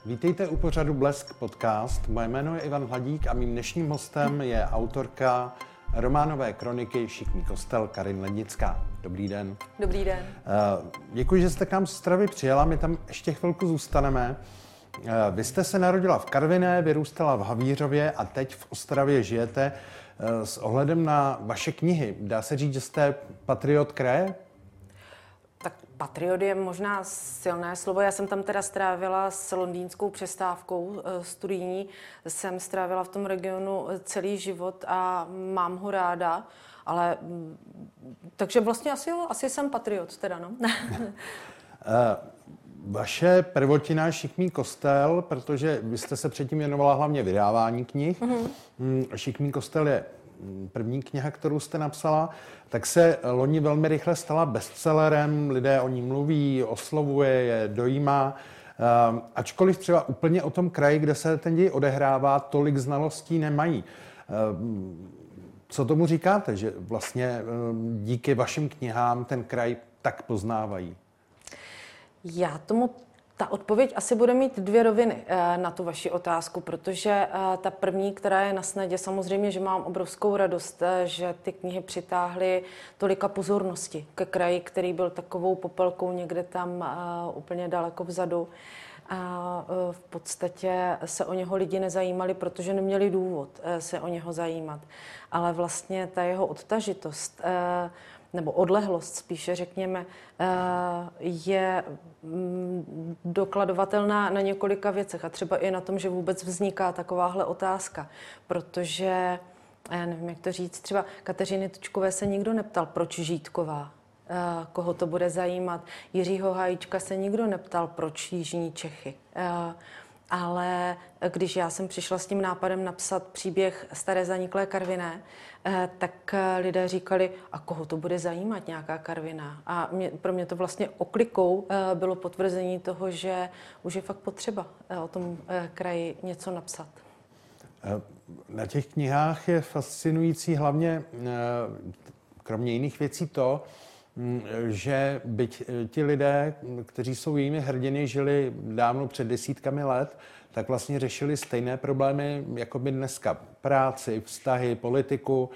Vítejte u pořadu Blesk podcast. Moje jméno je Ivan Hladík a mým dnešním hostem je autorka románové kroniky Šikmý kostel Karin Lednická. Dobrý den. Dobrý den. Děkuji, že jste k nám z Ostravy přijela, my tam ještě chvilku zůstaneme. Vy jste se narodila v Karviné, vyrůstala v Havířově a teď v Ostravě žijete. S ohledem na vaše knihy, dá se říct, že jste patriot kraje? Tak patriot je možná silné slovo. Já jsem tam teda strávila s londýnskou přestávkou studijní. Jsem strávila v tom regionu celý život a mám ho ráda. Ale takže vlastně asi jsem patriot teda, no. Vaše prvotina Šikmý kostel, protože vy jste se předtím věnovala hlavně vydávání knih. Šikmý kostel je první kniha, kterou jste napsala, tak se loni velmi rychle stala bestsellerem, lidé o ní mluví, oslovuje je, dojímá. Ačkoliv třeba úplně o tom kraji, kde se ten děj odehrává, tolik znalostí nemají. Co tomu říkáte, že vlastně díky vašim knihám ten kraj tak poznávají? Ta odpověď asi bude mít dvě roviny na tu vaši otázku, protože ta první, která je na snadě, samozřejmě, že mám obrovskou radost, že ty knihy přitáhly tolika pozornosti ke kraji, který byl takovou popelkou někde tam úplně daleko vzadu. A v podstatě se o něho lidi nezajímali, protože neměli důvod se o něho zajímat. Ale vlastně ta jeho odtažitost nebo odlehlost spíše řekněme, je dokladovatelná na několika věcech a třeba i na tom, že vůbec vzniká takováhle otázka, protože, já nevím, jak to říct, třeba Kateřiny Tučkové se nikdo neptal, proč Žítková, koho to bude zajímat. Jiřího Hájíčka se nikdo neptal, proč Jižní Čechy. Ale když já jsem přišla s tím nápadem napsat příběh staré zaniklé Karviné, tak lidé říkali, a koho to bude zajímat nějaká Karviná. A pro mě to vlastně oklikou bylo potvrzení toho, že už je fakt potřeba o tom kraji něco napsat. Na těch knihách je fascinující hlavně, kromě jiných věcí, to, že byť ti lidé, kteří jsou jejími hrdiny, žili dávno před desítkami let, tak vlastně řešili stejné problémy, jako by dneska. Práci, vztahy, politiku.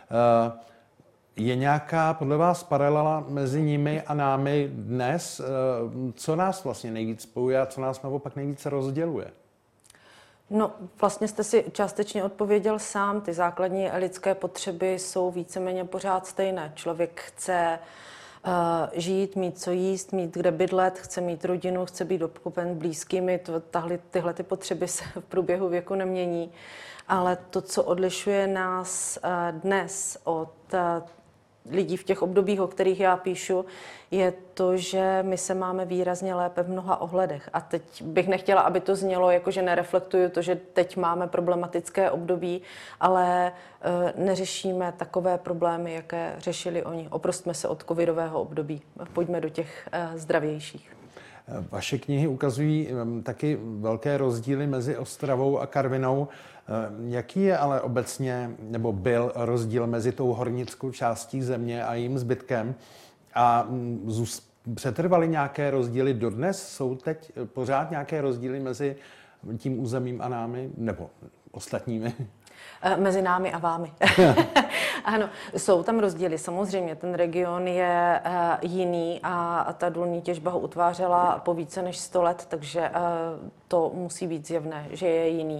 Je nějaká podle vás paralela mezi nimi a námi dnes? Co nás vlastně nejvíc spojuje a co nás naopak nejvíce rozděluje? No, vlastně jste si částečně odpověděl sám. Ty základní lidské potřeby jsou víceméně pořád stejné. Člověk chce žít, mít co jíst, mít kde bydlet, chce mít rodinu, chce být obklopen blízkými. Tyhle ty potřeby se v průběhu věku nemění. Ale to, co odlišuje nás dnes od lidí v těch obdobích, o kterých já píšu, je to, že my se máme výrazně lépe v mnoha ohledech. A teď bych nechtěla, aby to znělo, jako že nereflektuju to, že teď máme problematické období, ale neřešíme takové problémy, jaké řešili oni. Oprostme se od covidového období. Pojďme do těch zdravějších. Vaše knihy ukazují taky velké rozdíly mezi Ostravou a Karvinou. Jaký je ale obecně, nebo byl rozdíl mezi tou hornickou částí země a jejím zbytkem? A přetrvaly nějaké rozdíly dodnes? Jsou teď pořád nějaké rozdíly mezi tím územím a námi, nebo ostatními? Mezi námi a vámi. Ano, jsou tam rozdíly. Samozřejmě ten region je jiný a ta důlní těžba ho utvářela po více než 100 let, takže to musí být zjevné, že je jiný.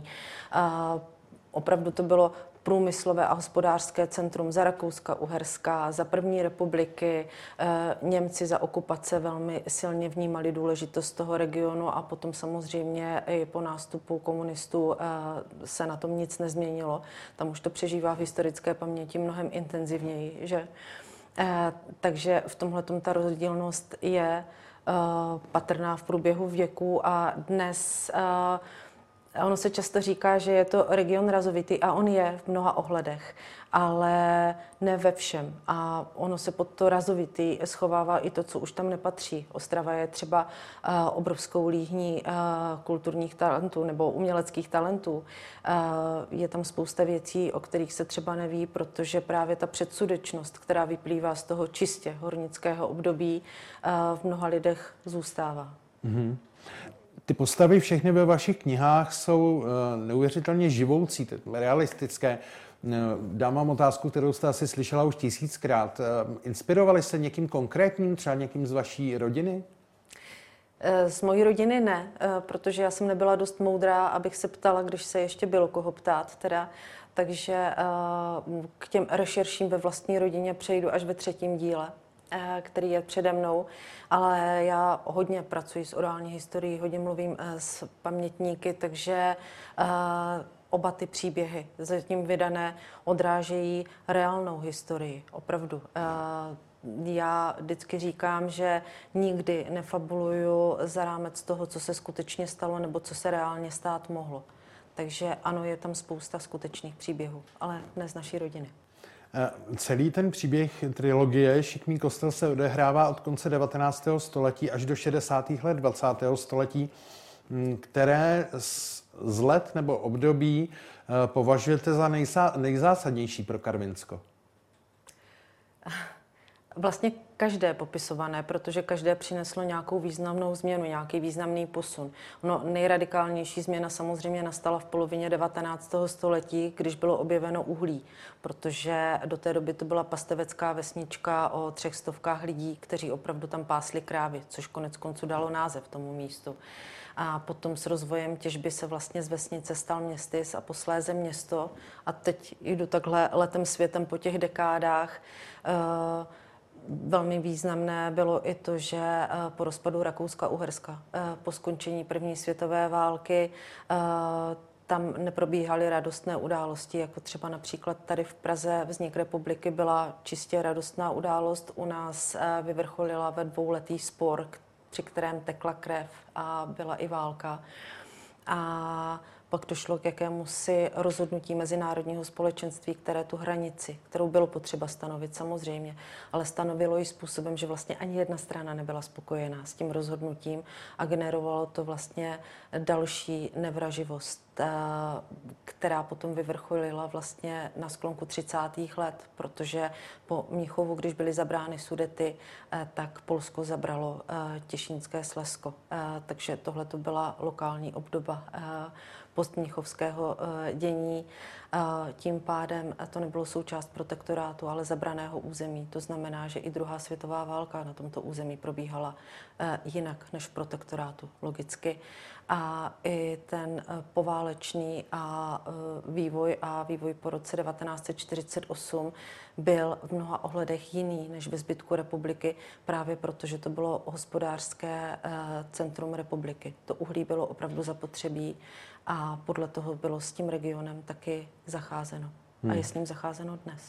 Opravdu to bylo průmyslové a hospodářské centrum za Rakouska-Uherska, za první republiky. Němci za okupace velmi silně vnímali důležitost toho regionu a potom samozřejmě i po nástupu komunistů se na tom nic nezměnilo. Tam už to přežívá v historické paměti mnohem intenzivněji, že? Takže v tomhletom ta rozdílnost je patrná v průběhu věku a dnes ono se často říká, že je to region razovitý a on je v mnoha ohledech, ale ne ve všem. A ono se pod to razovitý schovává i to, co už tam nepatří. Ostrava je třeba obrovskou líhní kulturních talentů nebo uměleckých talentů. Je tam spousta věcí, o kterých se třeba neví, protože právě ta předsudečnost, která vyplývá z toho čistě hornického období, v mnoha lidech zůstává. Mm-hmm. Ty postavy všechny ve vašich knihách jsou neuvěřitelně živoucí, realistické. Dám vám otázku, kterou jste asi slyšela už 1000krát. Inspirovali se někým konkrétním, třeba někým z vaší rodiny? Z mojí rodiny ne, protože já jsem nebyla dost moudrá, abych se ptala, když se ještě bylo koho ptát teda. Takže k těm rešerším ve vlastní rodině přejdu až ve 3. díle, který je přede mnou. Ale já hodně pracuji s orální historií, hodně mluvím s pamětníky, takže oba ty příběhy zatím vydané odrážejí reálnou historii, opravdu. Já vždycky říkám, že nikdy nefabuluju za rámec toho, co se skutečně stalo nebo co se reálně stát mohlo. Takže ano, je tam spousta skutečných příběhů, ale ne z naší rodiny. Celý ten příběh trilogie Šikmý kostel se odehrává od konce 19. století až do 60. let 20. století. Které z let nebo období považujete za nejzásadnější pro Karvinsko? Vlastně každé popisované, protože každé přineslo nějakou významnou změnu, nějaký významný posun. No, nejradikálnější změna samozřejmě nastala v polovině 19. století, když bylo objeveno uhlí, protože do té doby to byla pastevecká vesnička o 300 lidí, kteří opravdu tam pásli krávy, což konec konců dalo název tomu místu. A potom s rozvojem těžby se vlastně z vesnice stal městys a posléze město. A teď jdu takhle letem světem po těch dekádách. Velmi významné bylo i to, že po rozpadu Rakouska-Uherska, po skončení první světové války, tam neprobíhaly radostné události, jako třeba například tady v Praze vznik republiky byla čistě radostná událost. U nás vyvrcholila ve 2letý spor, při kterém tekla krev a byla i válka. A pak došlo k jakémusi rozhodnutí mezinárodního společenství, které tu hranici, kterou bylo potřeba stanovit samozřejmě, ale stanovilo ji způsobem, že vlastně ani jedna strana nebyla spokojená s tím rozhodnutím a generovalo to vlastně další nevraživost, která potom vyvrcholila vlastně na sklonku 30. let, protože po Mnichovu, když byly zabrány Sudety, tak Polsko zabralo Těšínské Slezsko. Takže tohle to byla lokální obdoba postmnichovského dění. Tím pádem to nebylo součást protektorátu, ale zabraného území. To znamená, že i druhá světová válka na tomto území probíhala jinak než v protektorátu, logicky. A i ten poválečný vývoj po roce 1948 byl v mnoha ohledech jiný než ve zbytku republiky, právě protože to bylo hospodářské centrum republiky. To uhlí bylo opravdu zapotřebí a podle toho bylo s tím regionem taky zacházeno. A je s ním zacházeno dnes.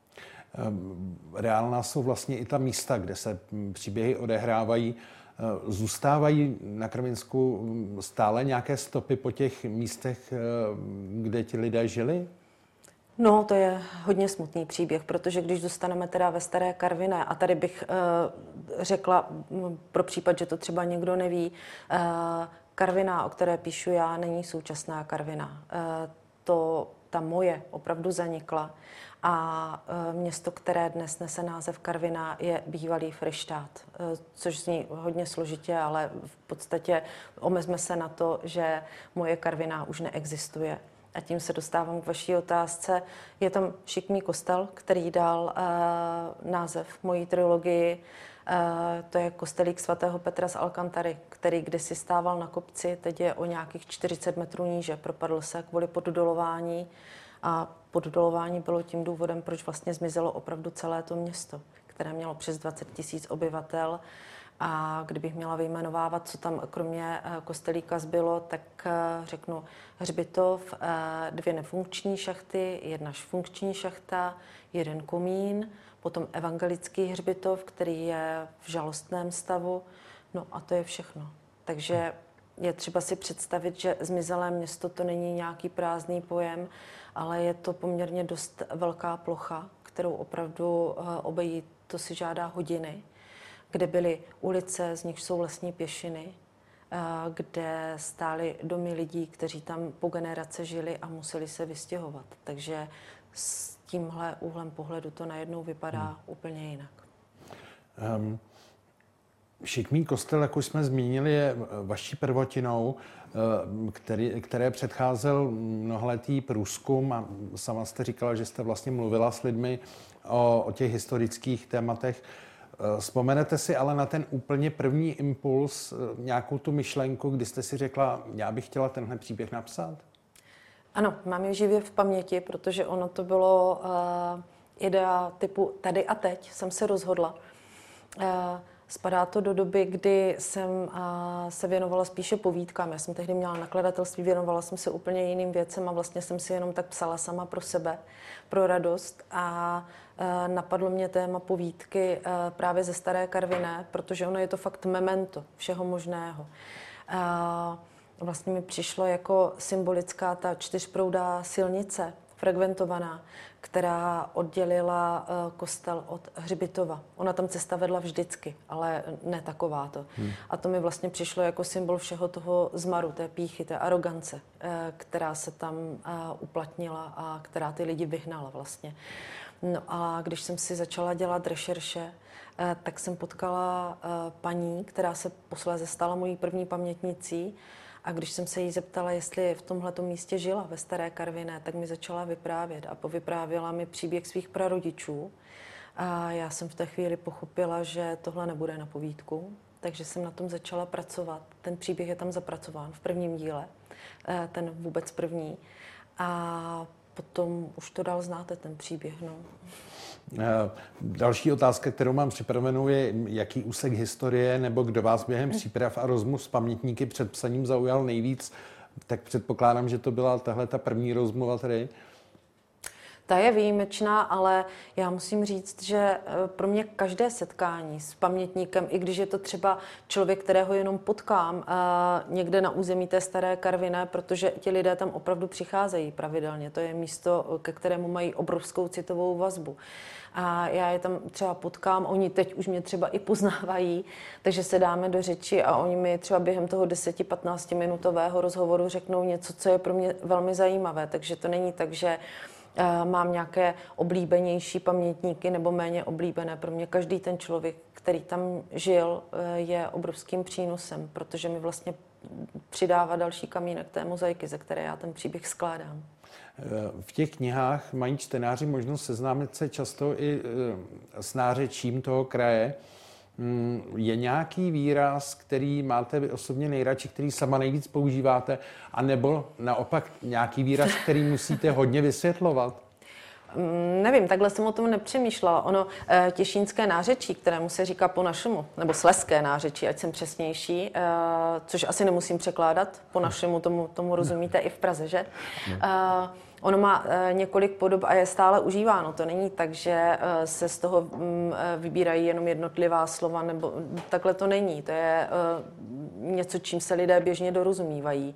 Reálná jsou vlastně i ta místa, kde se příběhy odehrávají. Zůstávají na Karvinsku stále nějaké stopy po těch místech, kde ti lidé žili? No, to je hodně smutný příběh, protože když zůstaneme teda ve Staré Karviné, a tady bych řekla pro případ, že to třeba někdo neví, Karviná, o které píšu já, není současná Karviná. Ta moje opravdu zanikla a město, které dnes nese název Karviná, je bývalý Fryštát, což zní hodně složitě, ale v podstatě omezme se na to, že moje Karviná už neexistuje. A tím se dostávám k vaší otázce. Je tam Šikmý kostel, který dal název mojí trilogii. To je kostelík svatého Petra z Alcantary, který kdysi stával na kopci, teď je o nějakých 40 metrů níže. Propadl se kvůli poddolování a poddolování bylo tím důvodem, proč vlastně zmizelo opravdu celé to město, které mělo přes 20 000 obyvatel. A kdybych měla vyjmenovávat, co tam kromě kostelíka zbylo, tak řeknu hřbitov, 2 nefunkční šachty, 1 funkční šachta, 1 komín, potom evangelický hřbitov, který je v žalostném stavu. No a to je všechno. Takže je třeba si představit, že zmizelé město to není nějaký prázdný pojem, ale je to poměrně dost velká plocha, kterou opravdu obejít, to si žádá hodiny, kde byly ulice, z nich jsou lesní pěšiny, kde stály domy lidí, kteří tam po generace žili a museli se vystěhovat. Takže s tímhle úhlem pohledu to najednou vypadá úplně jinak. Šikmý kostel, jak už jsme zmínili, je vaší prvotinou, které předcházel mnohaletý průzkum a sama jste říkala, že jste vlastně mluvila s lidmi o těch historických tématech. Vzpomenete si ale na ten úplně první impuls, nějakou tu myšlenku, kdy jste si řekla, já bych chtěla tenhle příběh napsat? Ano, mám ji živě v paměti, protože ono to bylo idea typu tady a teď jsem se rozhodla. Spadá to do doby, kdy jsem se věnovala spíše povídkám. Já jsem tehdy měla nakladatelství, věnovala jsem se úplně jiným věcem a vlastně jsem si jenom tak psala sama pro sebe, pro radost. A napadlo mě téma povídky právě ze Staré Karviné, protože ono je to fakt memento všeho možného. Vlastně mi přišlo jako symbolická ta čtyřproudá silnice, frekventovaná, která oddělila kostel od hřbitova. Ona tam cesta vedla vždycky, ale ne takováto. A to mi vlastně přišlo jako symbol všeho toho zmaru, té pýchy, té arogance, která se tam uplatnila a která ty lidi vyhnala vlastně. No a když jsem si začala dělat rešerše, tak jsem potkala paní, která se posléze stala mojí první pamětnicí. A když jsem se jí zeptala, jestli v tomhletom místě žila ve Staré Karviné, tak mi začala vyprávět a povyprávěla mi příběh svých prarodičů. A já jsem v té chvíli pochopila, že tohle nebude na povídku, takže jsem na tom začala pracovat. Ten příběh je tam zapracován v prvním díle, ten vůbec první. A potom už to dál znáte, ten příběh. No. Další otázka, kterou mám připravenou, je, jaký úsek historie nebo kdo vás během příprav a rozmluv s pamětníky před psaním zaujal nejvíc, tak předpokládám, že to byla tahle ta první rozmluva tady. Ta je výjimečná, ale já musím říct, že pro mě každé setkání s pamětníkem, i když je to třeba člověk, kterého jenom potkám někde na území té Staré Karviné, protože ti lidé tam opravdu přicházejí pravidelně. To je místo, ke kterému mají obrovskou citovou vazbu. A já je tam třeba potkám, oni teď už mě třeba i poznávají, takže se dáme do řeči a oni mi třeba během toho 10-15 minutového rozhovoru řeknou něco, co je pro mě velmi zajímavé. Takže to není tak, že mám nějaké oblíbenější pamětníky nebo méně oblíbené. Pro mě každý ten člověk, který tam žil, je obrovským přínosem, protože mi vlastně přidává další kamínek té mozaiky, ze které já ten příběh skládám. V těch knihách mají čtenáři možnost seznámit se často i s nářečím toho kraje. Je nějaký výraz, který máte vy osobně nejradši, který sama nejvíc používáte, anebo naopak nějaký výraz, který musíte hodně vysvětlovat? Nevím, takhle jsem o tom nepřemýšlela. Ono těšínské nářečí, kterému se říká po našemu, nebo slezské nářečí, ať jsem přesnější, což asi nemusím překládat, po našemu tomu rozumíte i v Praze, že? Ono má několik podob a je stále užíváno. To není tak, že se z toho vybírají jenom jednotlivá slova, nebo takhle to není. To je něco, čím se lidé běžně dorozumívají.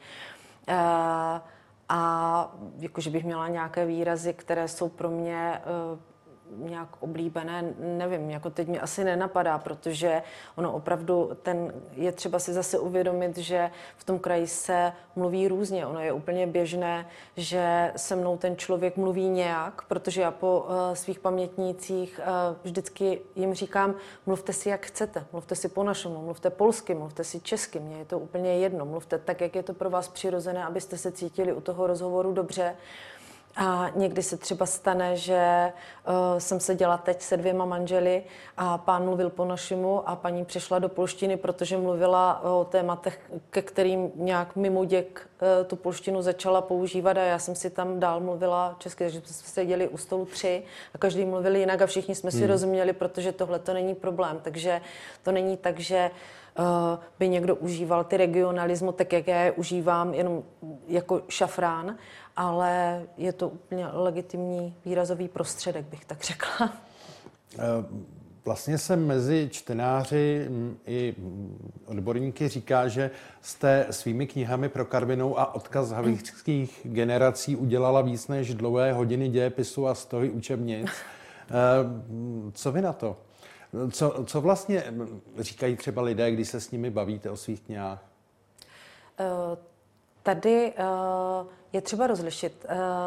A jakože bych měla nějaké výrazy, které jsou pro mě nějak oblíbené, nevím, jako teď mi asi nenapadá, protože ono opravdu je třeba si zase uvědomit, že v tom kraji se mluví různě. Ono je úplně běžné, že se mnou ten člověk mluví nějak, protože já po svých pamětnících vždycky jim říkám, mluvte si jak chcete, mluvte si po našemu, mluvte polsky, mluvte si česky, mně je to úplně jedno, mluvte tak, jak je to pro vás přirozené, abyste se cítili u toho rozhovoru dobře. A někdy se třeba stane, že jsem seděla teď se 2 manželi a pán mluvil po našemu a paní přešla do polštiny, protože mluvila o tématech, ke kterým nějak mimo děk tu polštinu začala používat a já jsem si tam dál mluvila česky, takže jsme seděli u stolu 3 a každý mluvil jinak a všichni jsme si rozuměli, protože tohle to není problém. Takže to není tak, že by někdo užíval ty regionalismy, tak jak já je užívám, jenom jako šafrán, ale je to úplně legitimní výrazový prostředek, bych tak řekla. Vlastně se mezi čtenáři i odborníky říká, že jste svými knihami pro Karvinou a odkaz havířských generací udělala víc než dlouhé hodiny dějepisu a stohy učebnic. Co vy na to? Co vlastně říkají třeba lidé, když se s nimi bavíte o svých knihách? Tady je třeba rozlišit.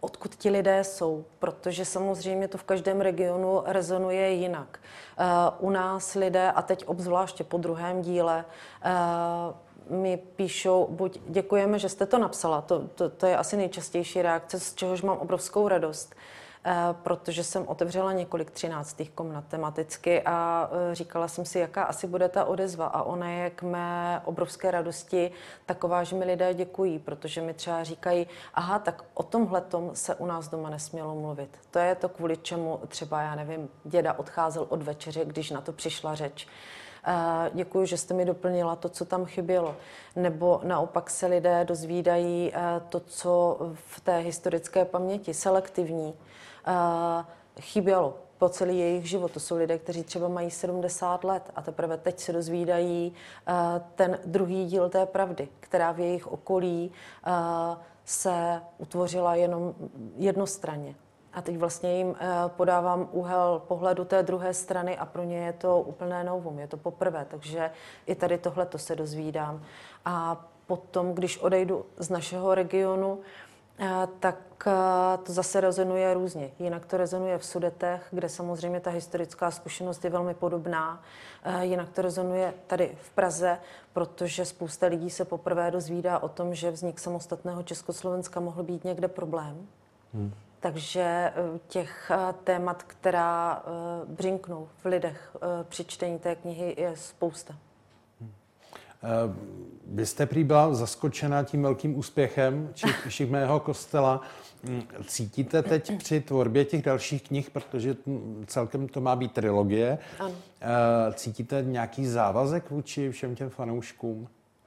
odkud ti lidé jsou, protože samozřejmě to v každém regionu rezonuje jinak. U nás lidé, a teď obzvláště po druhém díle, mi píšou, buď děkujeme, že jste to napsala, to je asi nejčastější reakce, z čehož mám obrovskou radost, protože jsem otevřela několik 13. komnat tematicky a říkala jsem si, jaká asi bude ta odezva, a ona je k mé obrovské radosti taková, že mi lidé děkují, protože mi třeba říkají, aha, tak o tomhletom se u nás doma nesmělo mluvit. To je to, kvůli čemu třeba, já nevím, děda odcházel od večeře, když na to přišla řeč. Děkuji, že jste mi doplnila to, co tam chybělo. Nebo naopak se lidé dozvídají to, co v té historické paměti, selektivní, chybělo po celý jejich život. To jsou lidé, kteří třeba mají 70 let a teprve teď se dozvídají ten druhý díl té pravdy, která v jejich okolí se utvořila jenom jednostranně. A teď vlastně jim podávám úhel pohledu té druhé strany a pro ně je to úplné novum, je to poprvé, takže i tady tohleto se dozvídám. A potom, když odejdu z našeho regionu, tak to zase rezonuje různě. Jinak to rezonuje v Sudetech, kde samozřejmě ta historická zkušenost je velmi podobná. Jinak to rezonuje tady v Praze, protože spousta lidí se poprvé dozvídá o tom, že vznik samostatného Československa mohl být někde problém. Takže těch témat, která břinknou v lidech při čtení té knihy, je spousta. Vy jste prý byla zaskočena tím velkým úspěchem Šikmého kostela. Cítíte teď při tvorbě těch dalších knih, protože celkem to má být trilogie, ano. Cítíte nějaký závazek vůči všem těm fanouškům?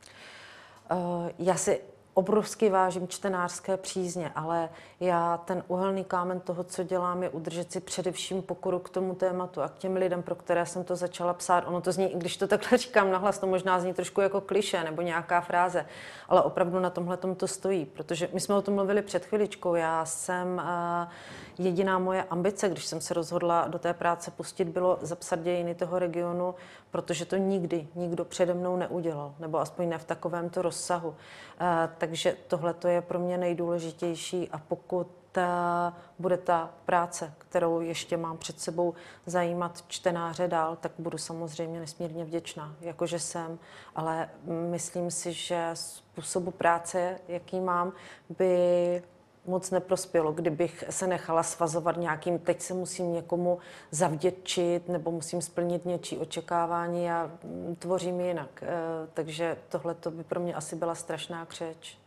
Já si obrovsky vážím čtenářské přízně, ale já ten úhelný kámen toho, co dělám, je udržet si především pokoru k tomu tématu a k těm lidem, pro které jsem to začala psát. Ono to zní, když to takhle říkám nahlas, to možná zní trošku jako klišé nebo nějaká fráze, ale opravdu na tomhletom to stojí, protože my jsme o tom mluvili před chviličkou. Já jsem jediná moje ambice, když jsem se rozhodla do té práce pustit, bylo zapsat dějiny toho regionu, protože to nikdy nikdo přede mnou neudělal, nebo aspoň ne v takovémto rozsahu. Takže tohle je pro mě nejdůležitější a pokud bude ta práce, kterou ještě mám před sebou, zajímat čtenáře dál, tak budu samozřejmě nesmírně vděčná, jakože jsem, ale myslím si, že způsobu práce, jaký mám, by moc neprospělo, kdybych se nechala svazovat nějakým, teď se musím někomu zavděčit nebo musím splnit něčí očekávání a tvořím jinak. Takže tohle by pro mě asi byla strašná křeč.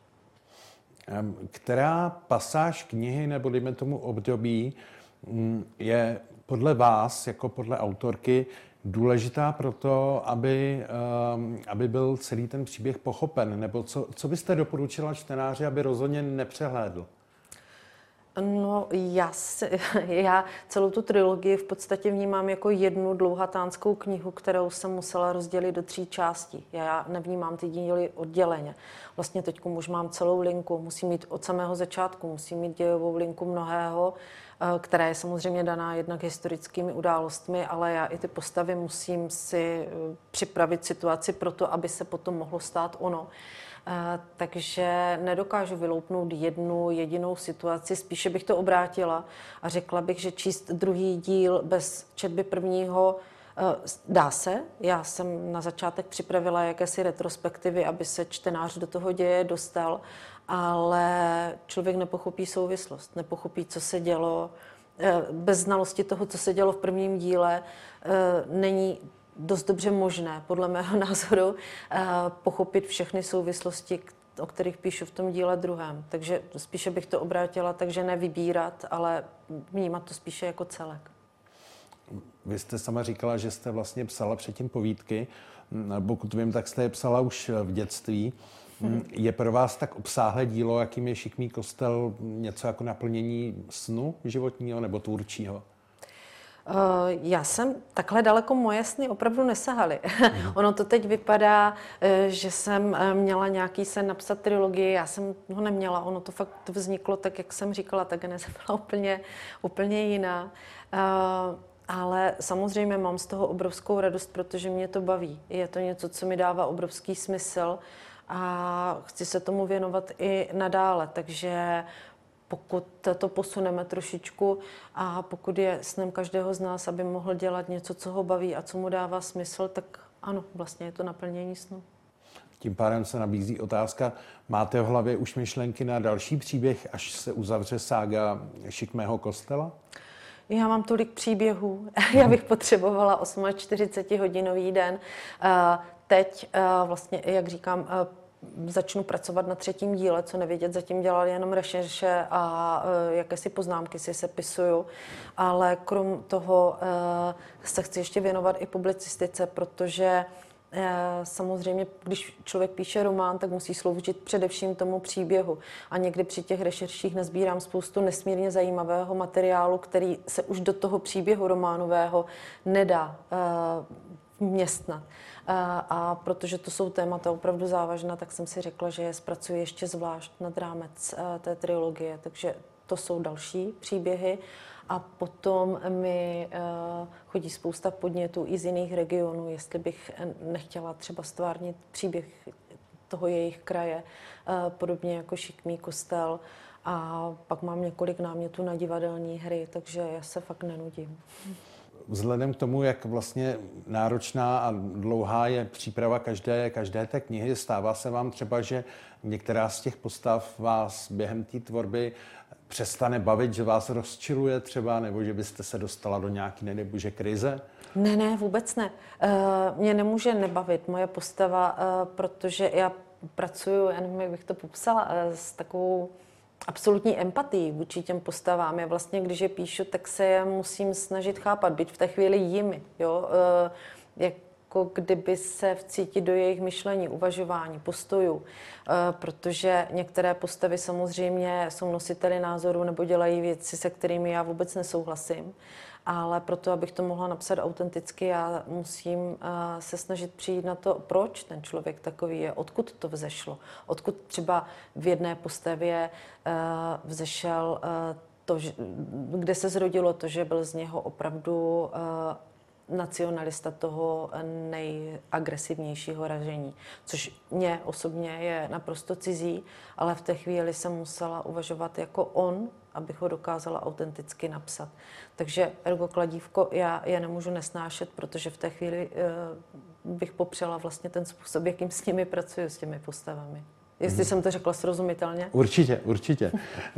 Která pasáž knihy nebo dejme tomu období je podle vás, jako podle autorky, důležitá pro to, aby byl celý ten příběh pochopen? Nebo co byste doporučila čtenáři, aby rozhodně nepřehlédl? No, já celou tu trilogii v podstatě vnímám jako jednu dlouhatánskou knihu, kterou jsem musela rozdělit do 3 částí. Já nevnímám ty díly odděleně. Vlastně teď už mám celou linku, musím mít od samého začátku, musím mít dějovou linku mnohého, která je samozřejmě daná jednak historickými událostmi, ale já i ty postavy musím si připravit situaci pro to, aby se potom mohlo stát ono. Takže nedokážu vyloupnout jednu jedinou situaci, spíše bych to obrátila a řekla bych, že číst druhý díl bez četby prvního dá se. Já jsem na začátek připravila jakési retrospektivy, aby se čtenář do toho děje dostal, ale člověk nepochopí souvislost, nepochopí, co se dělo. Bez znalosti toho, co se dělo v prvním díle, není dost dobře možné, podle mého názoru, pochopit všechny souvislosti, o kterých píšu v tom díle druhém. Takže spíše bych to obrátila, takže nevybírat, ale vnímat to spíše jako celek. Vy jste sama říkala, že jste vlastně psala předtím povídky. Pokud vím, tak jste je psala už v dětství. Je pro vás tak obsáhlé dílo, jakým je Šikmý kostel, něco jako naplnění snu životního nebo tvůrčího? Já jsem takhle daleko moje sny opravdu nesahaly. Ono to teď vypadá, že jsem měla nějaký sen napsat trilogii, já jsem ho neměla, ono to fakt vzniklo tak, jak jsem říkala, ta geneze byla úplně jiná. Ale samozřejmě mám z toho obrovskou radost, protože mě to baví. Je to něco, co mi dává obrovský smysl a chci se tomu věnovat i nadále, takže pokud to posuneme trošičku a pokud je snem každého z nás, aby mohl dělat něco, co ho baví a co mu dává smysl, tak ano, vlastně je to naplnění snu. Tím pádem se nabízí otázka, máte v hlavě už myšlenky na další příběh, až se uzavře sága Šikmého kostela? Já mám tolik příběhů, já bych potřebovala 48-hodinový den. Teď vlastně, jak říkám, začnu pracovat na 3. díle, co nevědět, zatím dělal jenom rešerše a jakési poznámky si sepisuju, ale krom toho se chci ještě věnovat i publicistice, protože samozřejmě, když člověk píše román, tak musí sloužit především tomu příběhu. A někdy při těch rešerších nazbírám spoustu nesmírně zajímavého materiálu, který se už do toho příběhu románového nedá vměstnat. A protože to jsou témata opravdu závažná, tak jsem si řekla, že je zpracuji ještě zvlášť nad rámec té trilogie. Takže to jsou další příběhy. A potom mi chodí spousta podnětů i z jiných regionů, jestli bych nechtěla třeba stvárnit příběh toho jejich kraje, podobně jako Šikmý kostel. A pak mám několik námětů na divadelní hry, takže já se fakt nenudím. Vzhledem k tomu, jak vlastně náročná a dlouhá je příprava každé té knihy, stává se vám třeba, že některá z těch postav vás během té tvorby přestane bavit, že vás rozčiluje třeba, nebo že byste se dostala do nějaký, nedebože, krize? Ne, vůbec ne. Mě nemůže nebavit moje postava, protože já pracuju, já nevím, jak bych to popsala, s takovou absolutní empatií vůči těm postavám. Já vlastně, když je píšu, tak se je musím snažit chápat, být v té chvíli jimi, jo? Jako kdyby se vcítit do jejich myšlení, uvažování, postojů, protože některé postavy samozřejmě jsou nositeli názoru nebo dělají věci, se kterými já vůbec nesouhlasím. Ale proto, abych to mohla napsat autenticky, já musím se snažit přijít na to, proč ten člověk takový je, odkud to vzešlo. Odkud třeba v jedné postavě vzešel to, kde se zrodilo to, že byl z něho opravdu nacionalista toho nejagresivnějšího ražení, což mě osobně je naprosto cizí, ale v té chvíli jsem musela uvažovat jako on, abych ho dokázala autenticky napsat. Takže ergo kladívko, já je nemůžu nesnášet, protože v té chvíli bych popřela vlastně ten způsob, jakým s nimi pracuji, s těmi postavami. Jestli jsem to řekla srozumitelně? Určitě.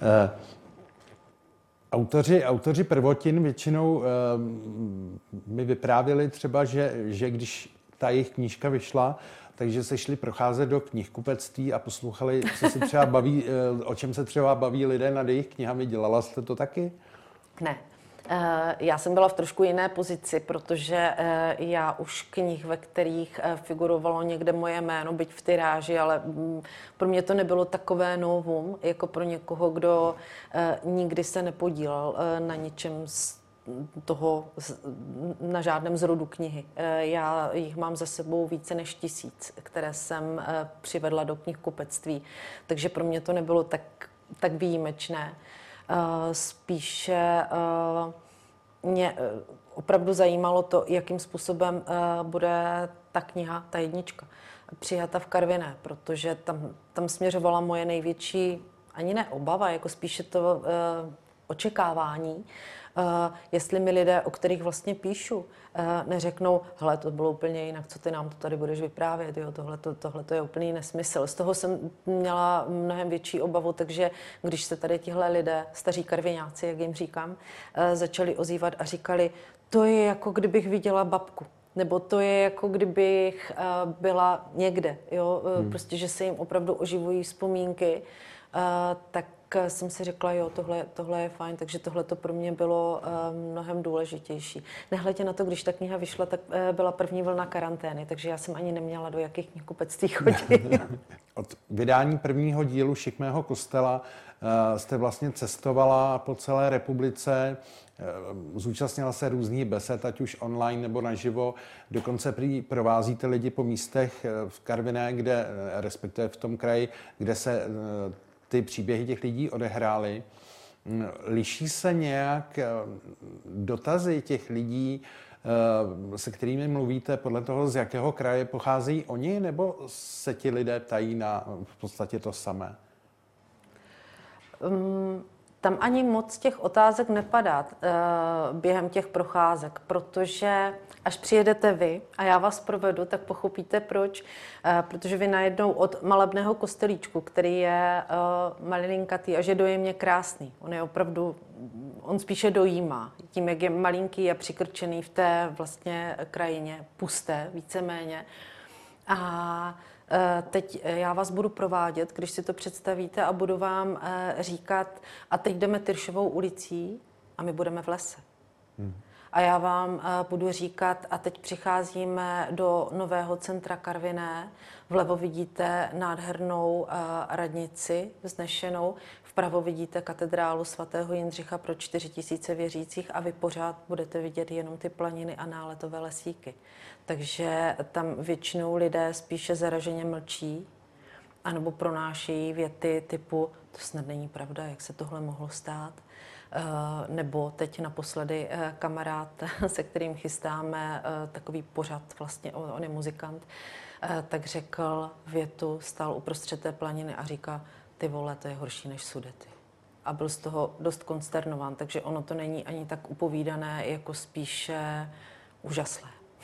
Autoři prvotin většinou mi vyprávěli třeba, že když ta jejich knížka vyšla, takže se šli procházet do knihkupectví a poslouchali, co se třeba baví, o čem se třeba baví lidé nad jejich knihami. Dělala jste to taky? Ne. Já jsem byla v trošku jiné pozici, protože já už knih, ve kterých figurovalo někde moje jméno, byť v tiráži, ale pro mě to nebylo takové novum, jako pro někoho, kdo nikdy se nepodílel na ničem z toho, na žádném zrodu knihy. Já jich mám za sebou více než 1000, které jsem přivedla do knihkupectví, takže pro mě to nebylo tak výjimečné. Spíše mě opravdu zajímalo to, jakým způsobem bude ta kniha, ta jednička, přijata v Karviné, protože tam směřovala moje největší, ani ne obava, jako spíše to očekávání, jestli mi lidé, o kterých vlastně píšu, neřeknou, hele, to bylo úplně jinak, co ty nám to tady budeš vyprávět, jo, tohle je úplný nesmysl. Z toho jsem měla mnohem větší obavu, takže když se tady tihle lidé, staří karviňáci, jak jim říkám, začali ozývat a říkali, to je jako kdybych viděla babku, nebo to je jako kdybych byla někde, jo, prostě, že se jim opravdu oživují vzpomínky, tak jsem si řekla, jo, tohle je fajn, takže tohle to pro mě bylo mnohem důležitější. Nehledě na to, když ta kniha vyšla, tak byla první vlna karantény, takže já jsem ani neměla do jakých knihkupectví chodit. Od vydání prvního dílu Šikmého kostela jste vlastně cestovala po celé republice, zúčastnila se různých besed, ať už online nebo naživo, dokonce provázíte lidi po místech v Karviné, kde, respektive v tom kraji, kde se ty příběhy těch lidí odehrály. Liší se nějak dotazy těch lidí, se kterými mluvíte, podle toho, z jakého kraje pocházejí oni, nebo se ti lidé ptají na v podstatě to samé? Tam ani moc těch otázek nepadá během těch procházek, protože až přijedete vy a já vás provedu, tak pochopíte proč. Protože vy najednou od malebného kostelíčku, který je malinkatý až je dojemně krásný. On spíše dojímá. Tím, jak je malinký, je přikrčený v té vlastně krajině pusté, víceméně. A teď já vás budu provádět, když si to představíte a budu vám říkat, a teď jdeme Tyršovou ulicí a my budeme v lese. A já vám budu říkat, a teď přicházíme do nového centra Karviné, vlevo vidíte nádhernou radnici vznešenou, vpravo vidíte katedrálu svatého Jindřicha pro 4 000 věřících a vy pořád budete vidět jenom ty planiny a náletové lesíky. Takže tam většinou lidé spíše zaraženě mlčí, anebo pronášejí věty typu, to snad není pravda, jak se tohle mohlo stát. Nebo teď naposledy kamarád, se kterým chystáme takový pořad, vlastně on je muzikant, tak řekl větu, stál uprostřed té planiny a říká, ty vole, to je horší než Sudety. A byl z toho dost konsternován, takže ono to není ani tak upovídané, jako spíše úžasné.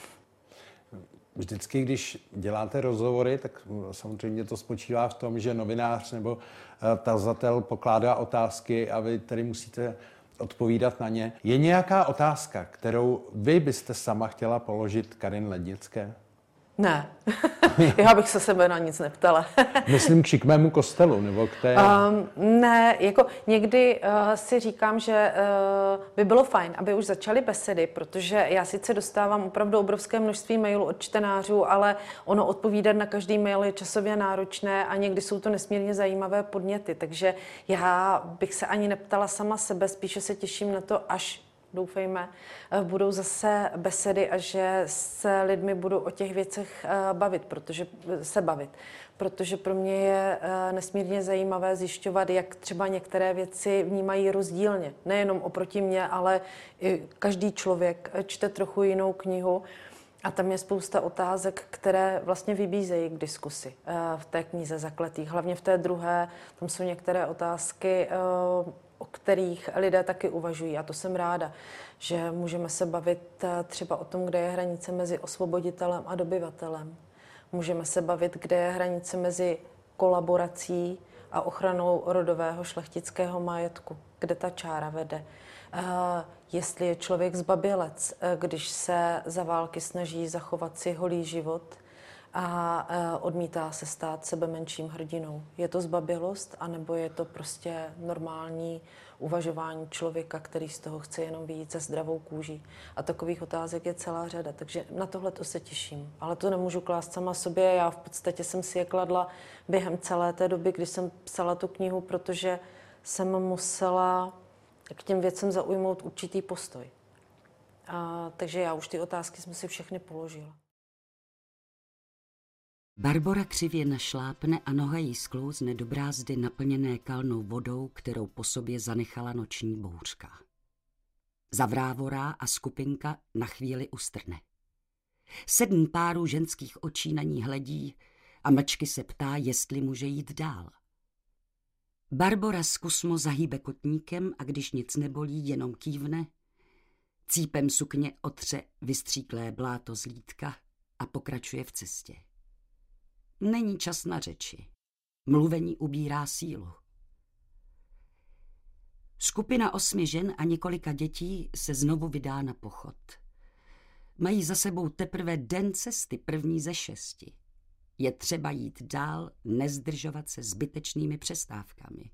Vždycky, když děláte rozhovory, tak samozřejmě to spočívá v tom, že novinář nebo tazatel pokládá otázky a vy tedy musíte odpovídat na ně. Je nějaká otázka, kterou vy byste sama chtěla položit Karin Lednické? Ne, já bych se sebe na nic neptala. Myslím k šikmému kostelu, nebo k té... Ne, jako někdy si říkám, že by bylo fajn, aby už začaly besedy, protože já sice dostávám opravdu obrovské množství mailů od čtenářů, ale ono odpovídat na každý mail je časově náročné a někdy jsou to nesmírně zajímavé podněty, takže já bych se ani neptala sama sebe, spíše se těším na to, až doufejme, budou zase besedy a že se lidmi budu o těch věcech bavit, protože pro mě je nesmírně zajímavé zjišťovat, jak třeba některé věci vnímají rozdílně. Nejenom oproti mně, ale i každý člověk čte trochu jinou knihu a tam je spousta otázek, které vlastně vybízejí k diskusi v té knize Zakletých. Hlavně v té druhé, tam jsou některé otázky, o kterých lidé taky uvažují. A to jsem ráda, že můžeme se bavit třeba o tom, kde je hranice mezi osvoboditelem a dobyvatelem. Můžeme se bavit, kde je hranice mezi kolaborací a ochranou rodového šlechtického majetku, kde ta čára vede. Jestli je člověk zbabělec, když se za války snaží zachovat si holý život a odmítá se stát sebemenším hrdinou. Je to zbabělost, anebo je to prostě normální uvažování člověka, který z toho chce jenom vyjít se zdravou kůží? A takových otázek je celá řada, takže na tohle to se těším. Ale to nemůžu klást sama sobě, já v podstatě jsem si je kladla během celé té doby, kdy jsem psala tu knihu, protože jsem musela k těm věcem zaujmout určitý postoj. Takže já už ty otázky jsem si všechny položila. Barbora křivě našlápne a noha jí sklouzne do brázdy naplněné kalnou vodou, kterou po sobě zanechala noční bouřka. Zavrávorá a skupinka na chvíli ustrne. 7 párů ženských očí na ní hledí a mlčky se ptá, jestli může jít dál. Barbora zkusmo zahýbe kotníkem a když nic nebolí, jenom kývne, cípem sukně otře vystříklé bláto z lítka a pokračuje v cestě. Není čas na řeči. Mluvení ubírá sílu. Skupina 8 žen a několika dětí se znovu vydá na pochod. Mají za sebou teprve den cesty, první ze 6. Je třeba jít dál, nezdržovat se zbytečnými přestávkami.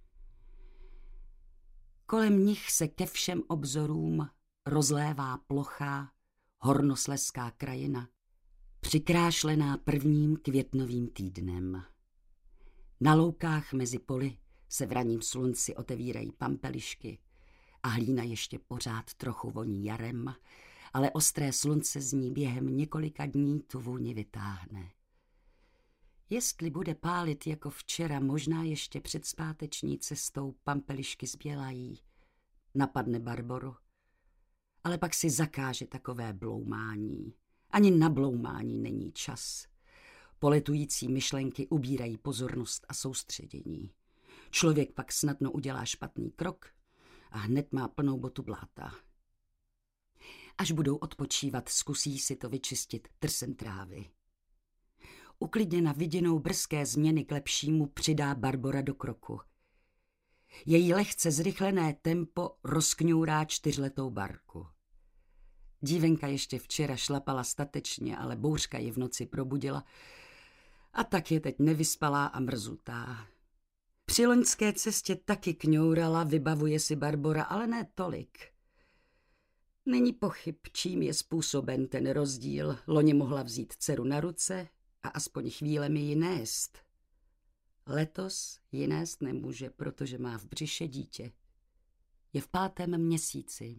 Kolem nich se ke všem obzorům rozlévá plochá, hornoslezská krajina, přikrášlená prvním květnovým týdnem. Na loukách mezi poli se v ranním slunci otevírají pampelišky a hlína ještě pořád trochu voní jarem, ale ostré slunce z ní během několika dní tu vůni vytáhne. Jestli bude pálit jako včera, možná ještě před zpáteční cestou pampelišky zbělají, napadne Barboru. Ale pak si zakáže takové bloumání. Ani na bloumání není čas. Poletující myšlenky ubírají pozornost a soustředění. Člověk pak snadno udělá špatný krok a hned má plnou botu bláta. Až budou odpočívat, zkusí si to vyčistit trsem trávy. Uklidněna viděnou brzké změny k lepšímu přidá Barbora do kroku. Její lehce zrychlené tempo rozkňourá 4letou Barku. Dívenka ještě včera šlapala statečně, ale bouřka ji v noci probudila a tak je teď nevyspalá a mrzutá. Při loňské cestě taky kňourala, vybavuje si Barbora, ale ne tolik. Není pochyb, čím je způsoben ten rozdíl. Loni mohla vzít dceru na ruce a aspoň chvílemi ji nést. Letos ji nést nemůže, protože má v břiše dítě. Je v 5. měsíci.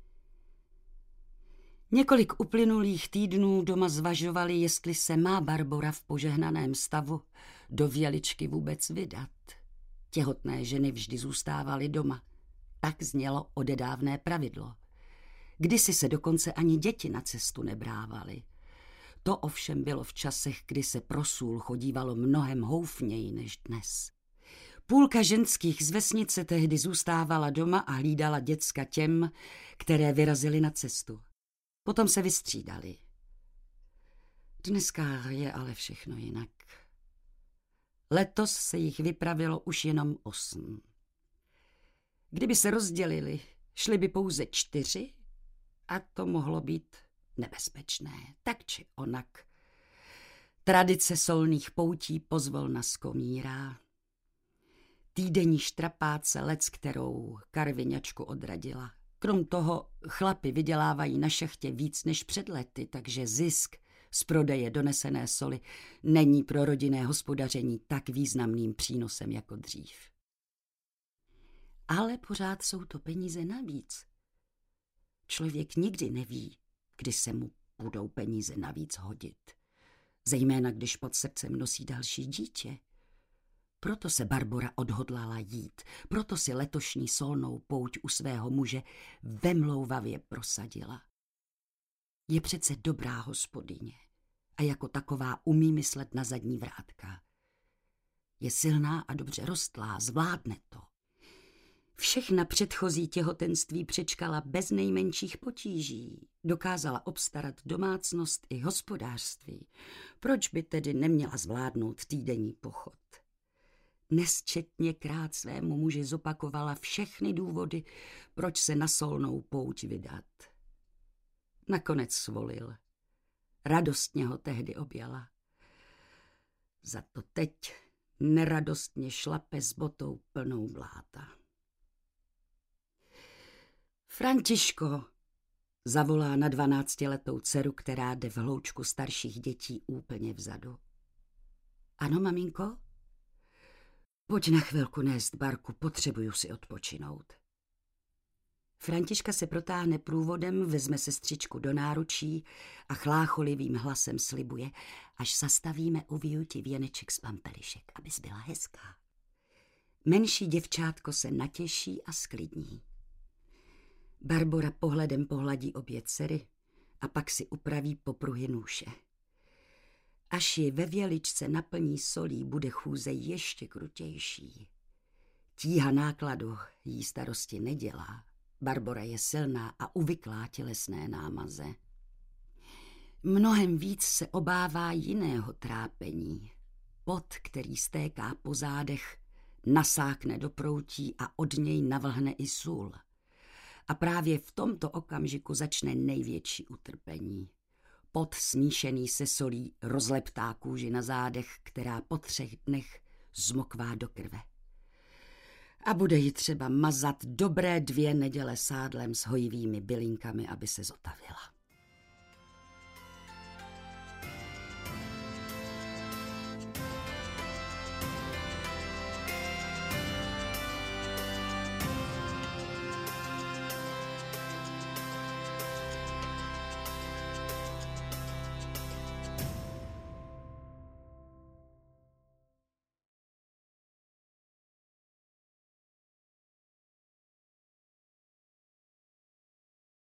Několik uplynulých týdnů doma zvažovali, jestli se má Barbora v požehnaném stavu do Věličky vůbec vydat. Těhotné ženy vždy zůstávaly doma. Tak znělo odedávné pravidlo. Kdysi se dokonce ani děti na cestu nebrávaly. To ovšem bylo v časech, kdy se pro sůl chodívalo mnohem houfněji než dnes. Půlka ženských z vesnice tehdy zůstávala doma a hlídala děcka těm, které vyrazily na cestu. Potom se vystřídali. Dneska je ale všechno jinak. Letos se jich vypravilo už jenom 8. Kdyby se rozdělili, šli by pouze 4 a to mohlo být nebezpečné, tak či onak. Tradice solných poutí pozvolna skomírá. Týdenní štrapáce lec, kterou Karviňačku odradila. Krom toho chlapi vydělávají na šachtě víc než před lety, takže zisk z prodeje donesené soli není pro rodinné hospodaření tak významným přínosem jako dřív. Ale pořád jsou to peníze navíc. Člověk nikdy neví, kdy se mu budou peníze navíc hodit. Zejména když pod srdcem nosí další dítě. Proto se Barbora odhodlala jít, proto si letošní solnou pouť u svého muže vemlouvavě prosadila. Je přece dobrá hospodyně a jako taková umí myslet na zadní vrátka. Je silná a dobře rostlá, zvládne to. Všechna předchozí těhotenství přečkala bez nejmenších potíží. Dokázala obstarat domácnost i hospodářství. Proč by tedy neměla zvládnout týdenní pochod? Nesčetněkrát svému muži zopakovala všechny důvody, proč se na solnou pouť vydat. Nakonec svolil. Radostně ho tehdy objala. Za to teď neradostně šlape s botou plnou bláta. Františko, zavolá na 12letou dceru, která jde v hloučku starších dětí úplně vzadu. Ano, maminko? Pojď na chvilku nést Barku, potřebuju si odpočinout. Františka se protáhne průvodem, vezme sestřičku do náručí a chlácholivým hlasem slibuje, až zastavíme, uviju ti věneček z pampelišek, abys byla hezká. Menší děvčátko se natěší a sklidní. Barbora pohledem pohladí obě dcery a pak si upraví popruhy nůše. Až ji ve Věličce naplní solí, bude chůze ještě krutější. Tíha nákladu jí starosti nedělá. Barbora je silná a uvyklá tělesné námaze. Mnohem víc se obává jiného trápení. Pot, který stéká po zádech, nasákne do proutí a od něj navlhne i sůl. A právě v tomto okamžiku začne největší utrpení. Pot smíšený se solí rozleptá kůži na zádech, která po 3 dnech zmokvá do krve. A bude ji třeba mazat dobré 2 neděle sádlem s hojivými bylinkami, aby se zotavila.